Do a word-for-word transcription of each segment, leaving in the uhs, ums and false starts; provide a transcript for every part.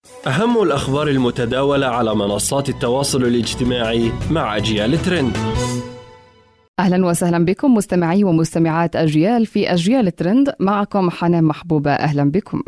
أهم الأخبار المتداولة على منصات التواصل الاجتماعي مع أجيال ترند. أهلا وسهلا بكم مستمعي ومستمعات أجيال في أجيال ترند، معكم حنان محبوبة. أهلا بكم.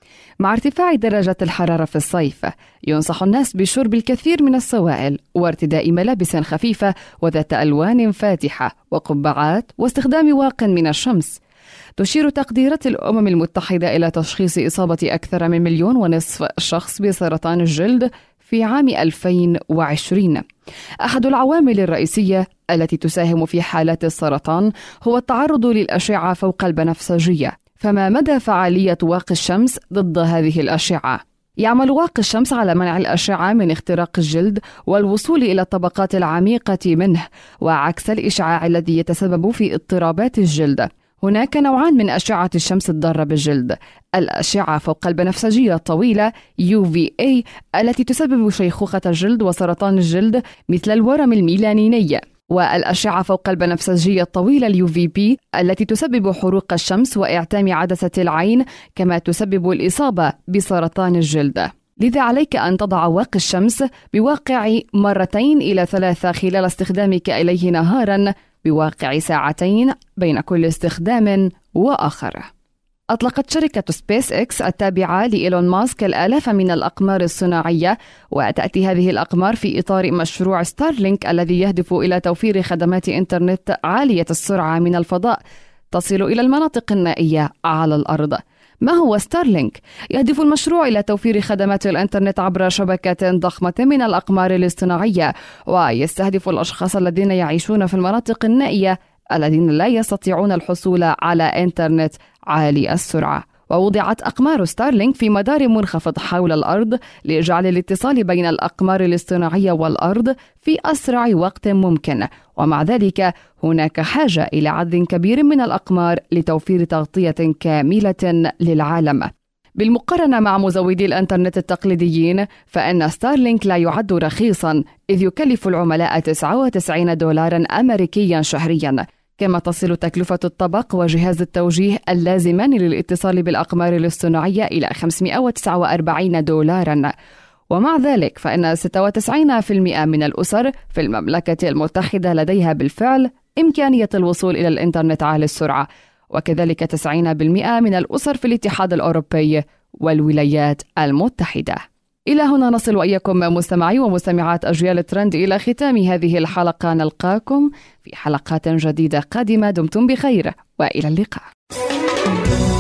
مع ارتفاع درجة الحرارة في الصيف ينصح الناس بشرب الكثير من السوائل وارتداء ملابس خفيفة وذات ألوان فاتحة وقبعات واستخدام واق من الشمس. تشير تقديرات الأمم المتحدة إلى تشخيص إصابة أكثر من مليون ونصف شخص بسرطان الجلد في عام ألفين وعشرين. أحد العوامل الرئيسية التي تساهم في حالات السرطان هو التعرض للأشعة فوق البنفسجية. فما مدى فعالية واقي الشمس ضد هذه الأشعة؟ يعمل واقي الشمس على منع الأشعة من اختراق الجلد والوصول إلى الطبقات العميقة منه، وعكس الإشعاع الذي يتسبب في اضطرابات الجلد. هناك نوعان من أشعة الشمس الضارة بالجلد: الأشعة فوق البنفسجية الطويلة يو في إيه التي تسبب شيخوخة الجلد وسرطان الجلد مثل الورم الميلانيني، والأشعة فوق البنفسجية الطويلة اليو في بي التي تسبب حروق الشمس وإعتام عدسة العين، كما تسبب الإصابة بسرطان الجلد. لذا عليك أن تضع واقي الشمس بواقع مرتين إلى ثلاثة خلال استخدامك إليه نهارا، بواقع ساعتين بين كل استخدام وآخر. أطلقت شركة سبيس إكس التابعة لإيلون ماسك الآلاف من الأقمار الصناعية، وتأتي هذه الأقمار في إطار مشروع ستارلينك الذي يهدف إلى توفير خدمات إنترنت عالية السرعة من الفضاء تصل إلى المناطق النائية على الأرض. ما هو ستارلينك؟ يهدف المشروع إلى توفير خدمات الإنترنت عبر شبكة ضخمة من الأقمار الاصطناعية، ويستهدف الأشخاص الذين يعيشون في المناطق النائية الذين لا يستطيعون الحصول على إنترنت عالي السرعة. ووضعت أقمار ستارلينك في مدار منخفض حول الأرض لجعل الاتصال بين الأقمار الاصطناعية والأرض في أسرع وقت ممكن، ومع ذلك هناك حاجة إلى عدد كبير من الأقمار لتوفير تغطية كاملة للعالم. بالمقارنة مع مزودي الإنترنت التقليديين، فإن ستارلينك لا يعد رخيصا، إذ يكلف العملاء تسعة وتسعين دولارا أمريكيا شهريا، كما تصل تكلفة الطبق وجهاز التوجيه اللازمان للاتصال بالأقمار الاصطناعية إلى خمسمائة وتسعة وأربعين دولارا. ومع ذلك فإن ستة وتسعين بالمئة من الأسر في المملكة المتحدة لديها بالفعل إمكانية الوصول إلى الإنترنت عالي السرعة، وكذلك تسعين بالمئة من الأسر في الاتحاد الأوروبي والولايات المتحدة. إلى هنا نصل وإياكم مستمعي ومستمعات أجيال ترند إلى ختام هذه الحلقة. نلقاكم في حلقات جديدة قادمة. دمتم بخير وإلى اللقاء.